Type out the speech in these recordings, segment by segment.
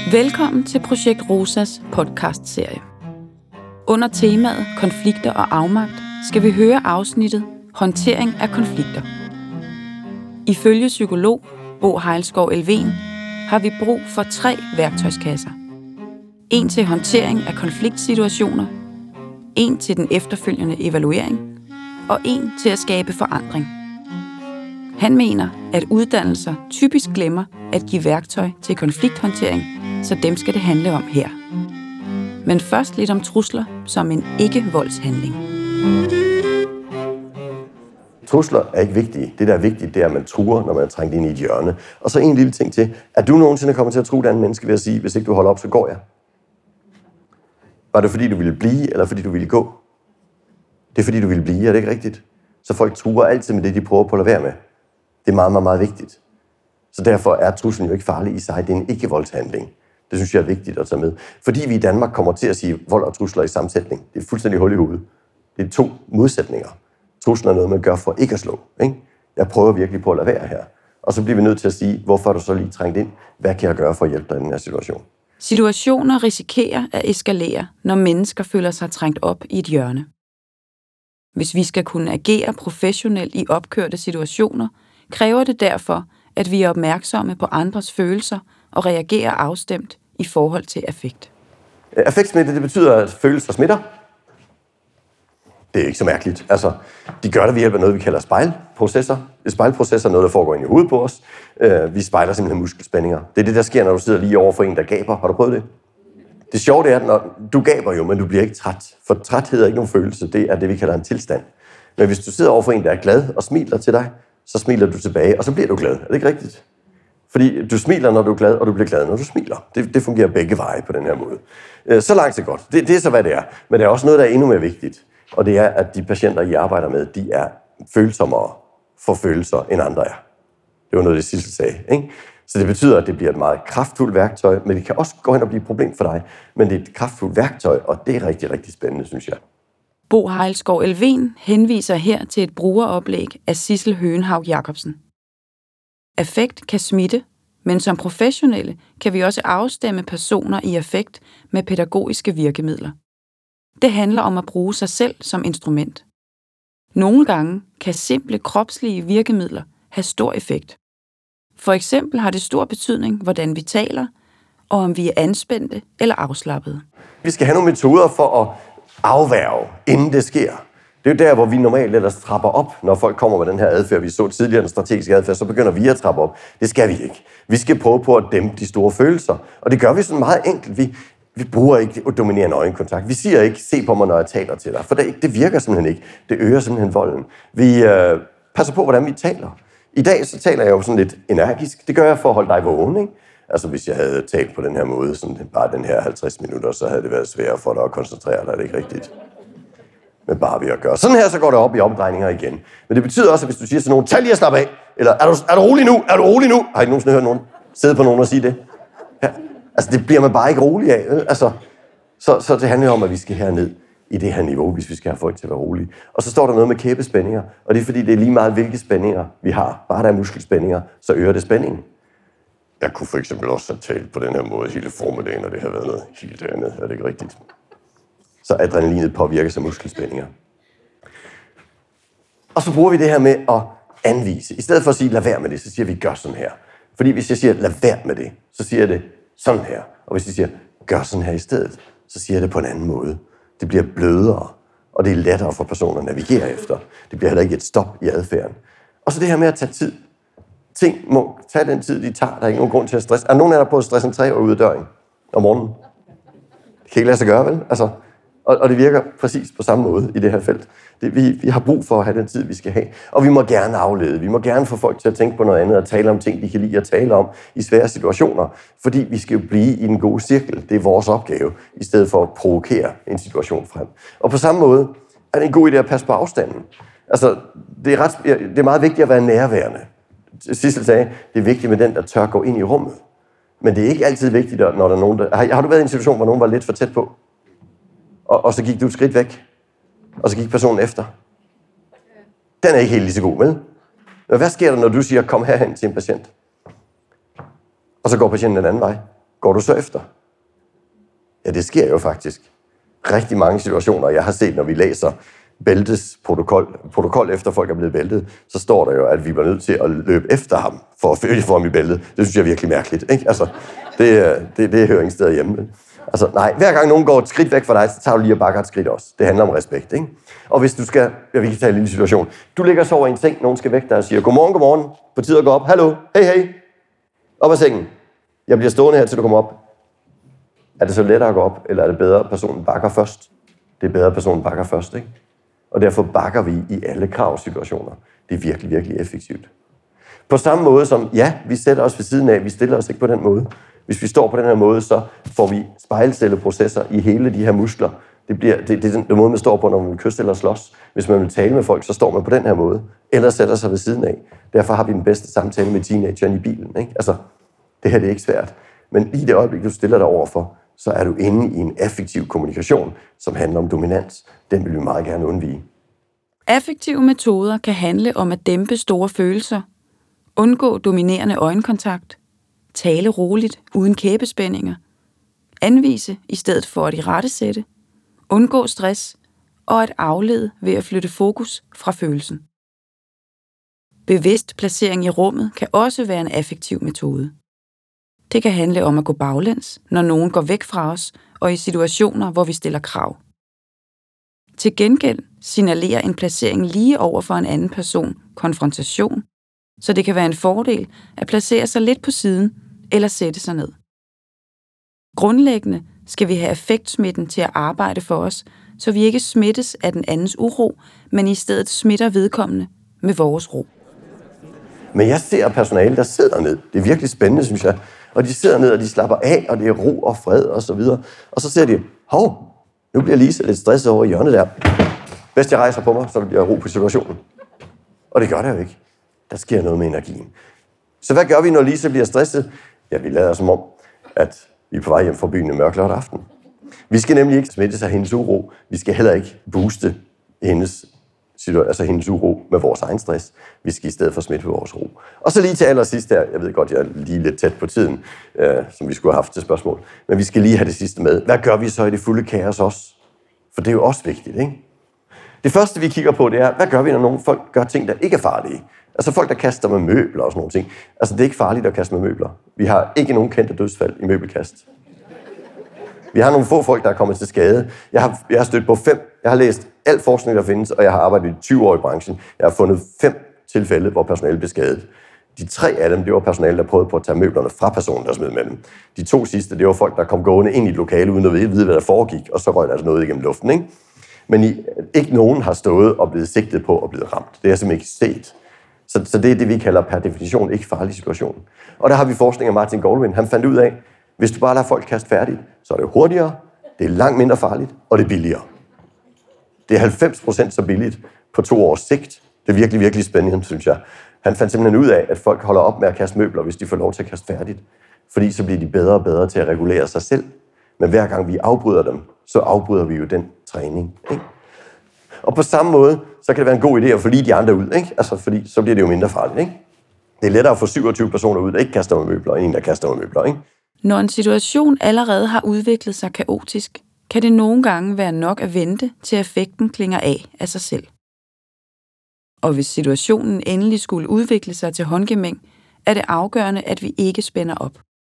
Velkommen til Projekt Rosas podcastserie. Under temaet konflikter og afmagt skal vi høre afsnittet Håndtering af konflikter. Ifølge psykolog Bo Hejlskov Elven har vi brug for 3 værktøjskasser. En til håndtering af konfliktsituationer, en til den efterfølgende evaluering og en til at skabe forandring. Han mener, at uddannelser typisk glemmer at give værktøj til konflikthåndtering, så dem skal det handle om her. Men først lidt om trusler som en ikke-voldshandling. Trusler er ikke vigtige. Det, der er vigtigt, det er, at man truer, når man er trængt ind i et hjørne. Og så en lille ting til. Er du nogensinde kommet til at true et andet menneske ved at sige, hvis ikke du holder op, så går jeg? Var det fordi, du ville blive, eller fordi du ville gå? Det er fordi, du ville blive, er det ikke rigtigt? Så folk truer altid med det, de prøver på at lade være med. Det er meget, meget, meget vigtigt. Så derfor er truslen jo ikke farlig i sig. Det er en ikke-voldshandling. Det synes jeg er vigtigt at tage med. Fordi vi i Danmark kommer til at sige vold og trusler i sammensætning. Det er fuldstændig hul i hovedet. Det er 2 modsætninger. Truslen er noget, man gør for ikke at slå. Ikke? Jeg prøver virkelig på at lade være her. Og så bliver vi nødt til at sige, hvorfor er du så lige trængt ind? Hvad kan jeg gøre for at hjælpe dig i den her situation? Situationer risikerer at eskalere, når mennesker føler sig trængt op i et hjørne. Hvis vi skal kunne agere professionelt i opkørte situationer, kræver det derfor, at vi er opmærksomme på andres følelser og reagerer afstemt i forhold til affekt. Affektsmitte, det betyder, at følelser smitter. Det er ikke så mærkeligt. Altså, de gør det ved hjælp af noget, vi kalder spejlprocesser. Spejlprocesser er noget, der foregår ind i hovedet på os. Vi spejler simpelthen muskelspændinger. Det er det, der sker, når du sidder lige over for en, der gaber. Har du prøvet det? Det sjove det er, at når du gaber jo, men du bliver ikke træt. For træthed er ikke nogen følelse. Det er det, vi kalder en tilstand. Men hvis du sidder over for en, der er glad og smiler til dig, så smiler du tilbage, og så bliver du glad. Er det ikke rigtigt? Fordi du smiler, når du er glad, og du bliver glad, når du smiler. Det fungerer begge veje på den her måde. Så langt så godt. Det er så, hvad det er. Men der er også noget, der er endnu mere vigtigt. Og det er, at de patienter, I arbejder med, de er følsommere for følelser, end andre er. Det var noget, det Sissel sagde. Ikke? Så det betyder, at det bliver et meget kraftfuldt værktøj, men det kan også gå hen og blive et problem for dig. Men det er et kraftfuldt værktøj, og det er rigtig, rigtig spændende, synes jeg. Bo Hejlskov Elven henviser her til et brugeroplæg af Sissel Høgenhaug Jacobsen. Affekt kan smitte, men som professionelle kan vi også afstemme personer i affekt med pædagogiske virkemidler. Det handler om at bruge sig selv som instrument. Nogle gange kan simple kropslige virkemidler have stor effekt. For eksempel har det stor betydning, hvordan vi taler, og om vi er anspændte eller afslappede. Vi skal have nogle metoder for at afværge, inden det sker. Det er jo der, hvor vi normalt ellers trapper op, når folk kommer med den her adfærd. Vi så tidligere den strategiske adfærd, så begynder vi at trappe op. Det skal vi ikke. Vi skal prøve på at dæmpe de store følelser. Og det gør vi sådan meget enkelt. Vi bruger ikke dominerende øjenkontakt. Vi siger ikke, se på mig, når jeg taler til dig. For det virker simpelthen ikke. Det øger simpelthen volden. Vi passer på, hvordan vi taler. I dag så taler jeg jo sådan lidt energisk. Det gør jeg for at holde dig vågen, ikke? Altså hvis jeg havde talt på den her måde, sådan bare den her 50 minutter, så havde det været sværere for dig at koncentrere dig. Det er ikke rigtigt. Men bare ved at gøre sådan her, så går det op i omdrejninger igen. Men det betyder også, at hvis du siger til nogen, tag lige at slappe af, eller er du rolig nu? Er du rolig nu? Har I nogensinde hørt nogen sidde på nogen og sige det? Ja. Altså det bliver man bare ikke rolig af. Altså, så det handler om, at vi skal herned i det her niveau, hvis vi skal have folk til at være rolige. Og så står der noget med kæbespændinger, og det er fordi, det er lige meget, hvilke spændinger vi har. Bare der er muskelspændinger, så øger det spændingen. Jeg kunne for eksempel også have talt på den her måde hele formiddagen, og det har været noget helt andet. Er det ikke rigtigt? Så adrenalinet påvirker sig muskelspændinger. Og så bruger vi det her med at anvise. I stedet for at sige, lad være med det, så siger vi, gør sådan her. Fordi hvis jeg siger, lad være med det, så siger jeg det sådan her. Og hvis jeg siger, gør sådan her i stedet, så siger jeg det på en anden måde. Det bliver blødere, og det er lettere for personer at navigere efter. Det bliver heller ikke et stop i adfærden. Og så det her med at tage tid. Ting må tage den tid, de tager. Der er ikke nogen grund til at stresse. Er nogen af jer på at stresse en 3 år ude af døren om morgenen? Det kan ikke lade sig gøre, vel? Altså, og det virker præcis på samme måde i det her felt. Vi har brug for at have den tid, vi skal have. Og vi må gerne aflede. Vi må gerne få folk til at tænke på noget andet og tale om ting, de kan lide at tale om i svære situationer. Fordi vi skal jo blive i den gode cirkel. Det er vores opgave, i stedet for at provokere en situation frem. Og på samme måde er det en god idé at passe på afstanden. Altså, det er meget vigtigt at være nærværende. Sissel sagde, det er vigtigt med den, der tør gå ind i rummet. Men det er ikke altid vigtigt, når der er nogen, der... Har du været i en situation, hvor nogen var lidt for tæt på? Og så gik du et skridt væk, og så gik personen efter. Den er ikke helt lige så god, vel? Men hvad sker der, når du siger, kom herhen til en patient? Og så går patienten den anden vej. går du så efter? Ja, det sker jo faktisk. Rigtig mange situationer, jeg har set, når vi læser bæltesprotokol efter folk er blevet bæltet, så står der jo, at vi var nødt til at løbe efter ham, for at få ham i bæltet. Det synes jeg er virkelig mærkeligt, ikke? Altså, det hører ingen steder hjemme. Altså, nej, hver gang nogen går et skridt væk fra dig, så tager du lige og bakker et skridt også. Det handler om respekt, ikke? Og hvis du skal, vi kan tage en lille situation. Du ligger så over i en seng, nogen skal væk der og siger, godmorgen, på tide at gå op, hallo, hey, op af sengen. Jeg bliver stående her, til du kommer op. Er det så lettere at gå op, eller er det bedre, at personen bakker først? Det er bedre, at personen bakker først, ikke? Og derfor bakker vi i alle kravsituationer. Det er virkelig, virkelig effektivt. På samme måde som, ja, vi sætter os ved siden af, vi stiller os ikke på den måde. Hvis vi står på den her måde, så får vi spejlcelleprocesser i hele de her muskler. Det er den måde, man står på, når man vil kysse eller slås. Hvis man vil tale med folk, så står man på den her måde. Eller sætter sig ved siden af. Derfor har vi den bedste samtale med teenageren i bilen, ikke? Altså, det her det er ikke svært. Men i det øjeblik, du stiller dig overfor, så er du inde i en effektiv kommunikation, som handler om dominans. Den vil vi meget gerne undvige. Affektive metoder kan handle om at dæmpe store følelser, undgå dominerende øjenkontakt, tale roligt uden kæbespændinger, anvise i stedet for at irettesætte, undgå stress og at aflede ved at flytte fokus fra følelsen. Bevidst placering i rummet kan også være en affektiv metode. Det kan handle om at gå baglæns, når nogen går væk fra os, og i situationer, hvor vi stiller krav. Til gengæld signalerer en placering lige over for en anden person konfrontation, så det kan være en fordel at placere sig lidt på siden eller sætte sig ned. Grundlæggende skal vi have affektsmitten til at arbejde for os, så vi ikke smittes af den andens uro, men i stedet smitter vedkommende med vores ro. Men jeg ser personale, der sidder ned. Det er virkelig spændende, synes jeg. Og de sidder ned, og de slapper af, og det er ro og fred og så videre. Og så ser de, hov, nu bliver Lisa lidt stresset over i hjørnet der. Bedst jeg rejser på mig, så der bliver ro på situationen. Og det gør det jo ikke. Der sker noget med energien. Så hvad gør vi, når Lisa bliver stresset? Ja, vi lader som om, at vi er på vej hjem fra byen en mørk lørdag aften. Vi skal nemlig ikke smitte af hendes uro. Vi skal heller ikke booste hendes uro med vores egen stress. Vi skal i stedet for smitte med vores ro. Og så lige til allersidst her, jeg ved godt, jeg er lige lidt tæt på tiden, som vi skulle have haft til spørgsmål, men vi skal lige have det sidste med. Hvad gør vi så i det fulde kaos også? For det er jo også vigtigt, ikke? Det første, vi kigger på, det er, hvad gør vi, når nogle folk gør ting, der ikke er farlige? Altså folk, der kaster med møbler og sådan nogle ting. Altså det er ikke farligt at kaste med møbler. Vi har ikke nogen kendte dødsfald i møbelkast. Vi har nogle få folk, der er kommet til skade. Jeg har stødt på 5. Jeg har læst al forskning, der findes, og jeg har arbejdet i 20 år i branchen. Jeg har fundet 5 tilfælde, hvor personale blev skadet. De 3 af dem, det var personale, der prøvede på at tage møblerne fra personen, der smed med dem. De 2 sidste, det var folk, der kom gående ind i et lokale, uden at vide, hvad der foregik, og så røg der altså noget igennem luften, ikke? Men ikke nogen har stået og blevet sigtet på og blevet ramt. Det har jeg simpelthen ikke set. Så det er det, vi kalder per definition ikke farlig situation. Og der har vi forskning af Martin Goldwyn. Han fandt ud af, hvis du bare lader folk kaste færdigt, så er det hurtigere, det er langt mindre farligt, og det er billigere. Det er 90% så billigt på 2 års sigt. Det er virkelig, virkelig spændende, synes jeg. Han fandt simpelthen ud af, at folk holder op med at kaste møbler, hvis de får lov til at kaste færdigt. Fordi så bliver de bedre og bedre til at regulere sig selv. Men hver gang vi afbryder dem, så afbryder vi jo den træning, ikke? Og på samme måde, så kan det være en god idé at få lige de andre ud, ikke? Altså, fordi så bliver det jo mindre farligt, ikke? Det er lettere at få 27 personer ud, der ikke kaster med møbler, end en, der kaster med møbler, ikke? Når en situation allerede har udviklet sig kaotisk, kan det nogle gange være nok at vente, til affekten klinger af sig selv. Og hvis situationen endelig skulle udvikle sig til håndgemæng, er det afgørende, at vi ikke spænder op.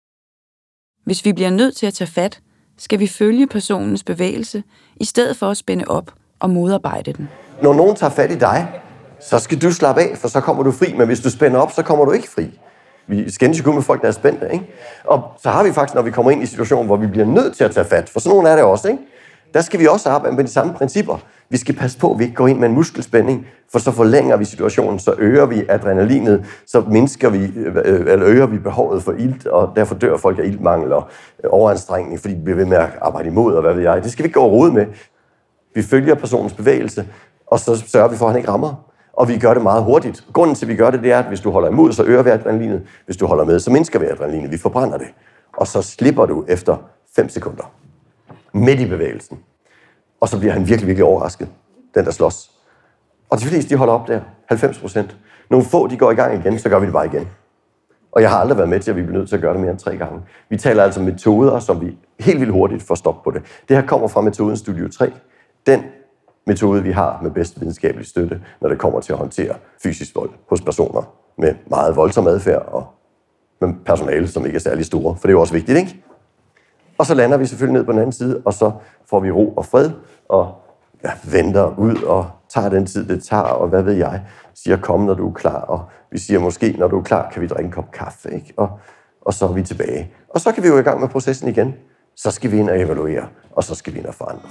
Hvis vi bliver nødt til at tage fat, skal vi følge personens bevægelse, i stedet for at spænde op og modarbejde den. Når nogen tager fat i dig, så skal du slappe af, for så kommer du fri. Men hvis du spænder op, så kommer du ikke fri. Vi skændes jo kun med folk, der er spændte, ikke? Og så har vi faktisk, når vi kommer ind i situationen, hvor vi bliver nødt til at tage fat, for sådan nogle er det også, ikke? Der skal vi også arbejde med de samme principper. Vi skal passe på, at vi ikke går ind med en muskelspænding, for så forlænger vi situationen, så øger vi adrenalinet, så øger vi behovet for ilt, og derfor dør folk af iltmangel og overanstrengning, fordi vi bliver ved med at arbejde imod, og hvad ved jeg. Det skal vi ikke gå og rode med. Vi følger personens bevægelse, og så sørger vi for, at han ikke rammer. Og vi gør det meget hurtigt. Grunden til, at vi gør det, det er, at hvis du holder imod, så øger vi adrenalinet. Hvis du holder med, så mindsker vi adrenalinet. Vi forbrænder det. Og så slipper du efter 5 sekunder. Midt i bevægelsen. Og så bliver han virkelig, virkelig overrasket. Den, der slås. Og de fleste, de holder op der. 90%. Nogle få, de går i gang igen, så gør vi det bare igen. Og jeg har aldrig været med til, at vi bliver nødt til at gøre det mere end 3 gange. Vi taler altså metoder, som vi helt vildt hurtigt får stop på det. Det her kommer fra metoden Studio 3. Den metode, vi har med bedst videnskabelig støtte, når det kommer til at håndtere fysisk vold hos personer med meget voldsom adfærd og med personale, som ikke er særlig store. For det er jo også vigtigt, ikke? Og så lander vi selvfølgelig ned på den anden side, og så får vi ro og fred, og venter ud og tager den tid, det tager, og hvad ved jeg, siger kom, når du er klar, og vi siger måske, når du er klar, kan vi drikke en kop kaffe, ikke? Og så er vi tilbage. Og så kan vi jo i gang med processen igen. Så skal vi ind og evaluere, og så skal vi ind og forandre.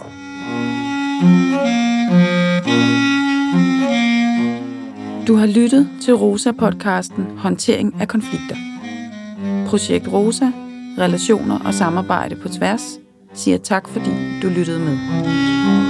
Du har lyttet til Rosa-podcasten Håndtering af konflikter. Projekt Rosa, relationer og samarbejde på tværs, siger tak fordi du lyttede med.